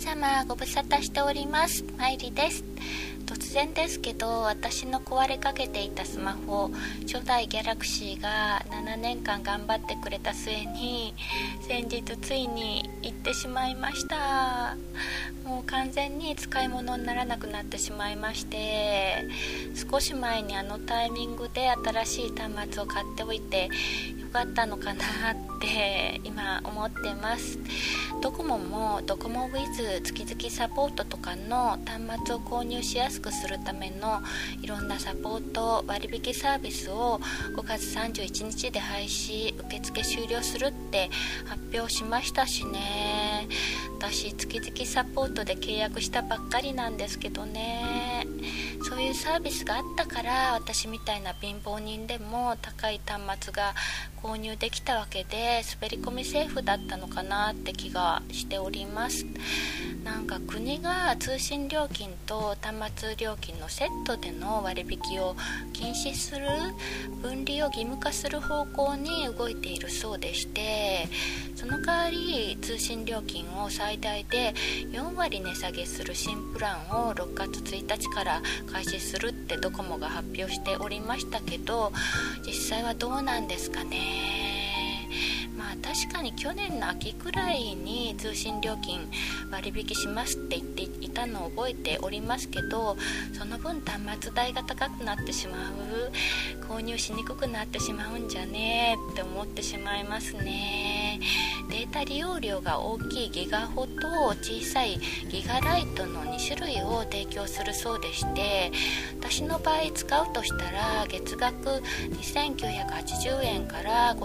様ご無沙汰しております。まいりです。突然ですけど、私の壊れかけていたスマホ、初代ギャラクシーが7年間頑張ってくれた末に先日ついに行ってしまいました。もう完全に使い物にならなくなってしまいまして、少し前にあのタイミングで新しい端末を買っておいてよかったのかなって今思ってます。ドコモもドコモ with 月々サポートとかの端末を購入しやすくするためのいろんなサポート割引サービスを5月31日で廃止受付終了するって発表しましたしね。私月々サポートで契約したばっかりなんですけどね、そういうサービスがあったから私みたいな貧乏人でも高い端末が購入できたわけで、滑り込みセーフだったのかなって気がしております。なんか国が通信料金と端末料金のセットでの割引を禁止する、分離を義務化する方向に動いているそうでして、その代わり通信料金を最大で4割値下げする新プランを6月1日から開始するってドコモが発表しておりましたけど、実際はどうなんですかね。確かに去年の秋くらいに通信料金割引しますって言っていたのを覚えておりますけど、その分端末代が高くなってしまう、購入しにくくなってしまうんじゃねって思ってしまいますね。データ利用量が大きいギガホと小さいギガライトの2種類を提供するそうでして、私の場合使うとしたら月額2980円から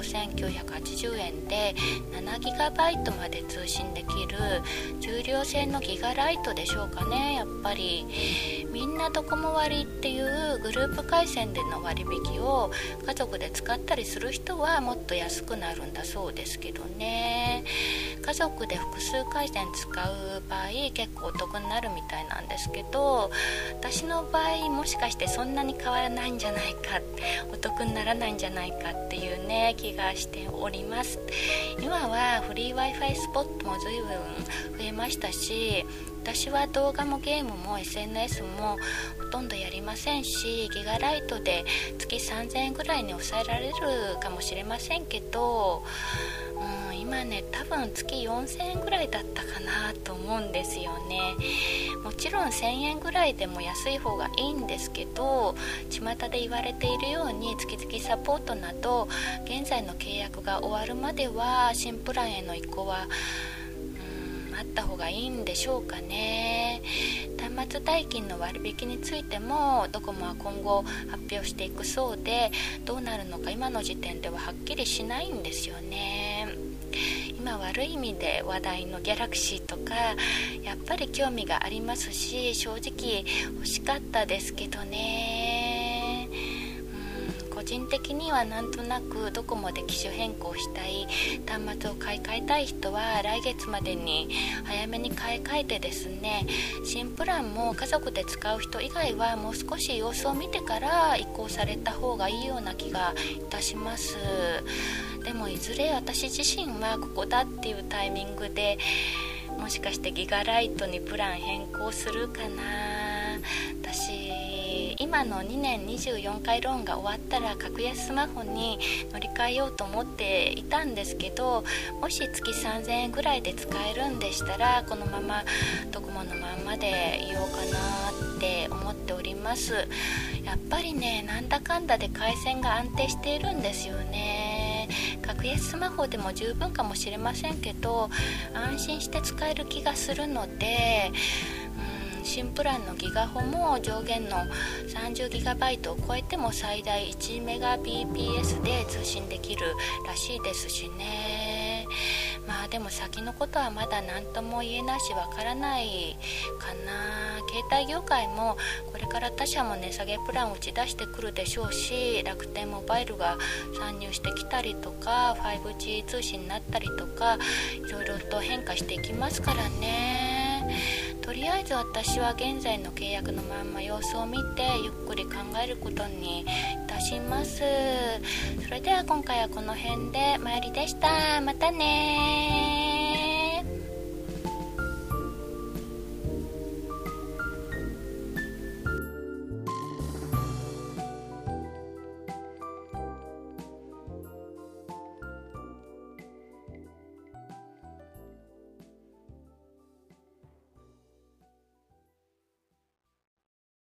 5980円で7ギガバイトまで通信できる重量製のギガライトでしょうかね。やっぱりみんなドコモ割っていうグループ回線での割引を家族で使ったりする人はもっと安くなるんだそうですけどね。家族で複数回線使う場合結構お得になるみたいなんですけど、私の場合もしかしてそんなに変わらないんじゃないか、お得にならないんじゃないかっていうね気がしております。今はフリー Wi-Fi スポットも随分増えましたし、私は動画もゲームも SNS もほとんどやりませんし、ギガライトで月3000円ぐらいに抑えられるかもしれませんけど、今ね多分月4000円ぐらいだったかなと思うんですよね。もちろん1000円ぐらいでも安い方がいいんですけど、巷で言われているように月々サポートなど現在の契約が終わるまでは新プランへの移行はあった方がいいんでしょうかね。端末代金の割引についてもドコモは今後発表していくそうで、どうなるのか今の時点でははっきりしないんですよね。今悪い意味で話題のギャラクシーとかやっぱり興味がありますし、正直欲しかったですけどね。個人的にはなんとなくドコモで機種変更したい、端末を買い替えたい人は来月までに早めに買い替えてですね、新プランも家族で使う人以外はもう少し様子を見てから移行された方がいいような気がいたします。でもいずれ私自身はここだっていうタイミングでもしかしてギガライトにプラン変更するかな。私今の2年24回ローンが終わったら格安スマホに乗り換えようと思っていたんですけど、もし月3000円ぐらいで使えるんでしたらこのままドコモのまんまでいようかなって思っております。やっぱりねなんだかんだで回線が安定しているんですよね。格安スマホでも十分かもしれませんけど安心して使える気がするので、新プランのギガホも上限の 30GB を超えても最大 1Mbps で通信できるらしいですしね。でも先のことはまだ何とも言えないしわからないかな。携帯業界もこれから他社も値下げプランを打ち出してくるでしょうし、楽天モバイルが参入してきたりとか 5G 通信になったりとかいろいろと変化していきますからね。とりあえず私は現在の契約のまんま様子を見てゆっくり考えることにいたします。それでは今回はこの辺でまいりでした。またね。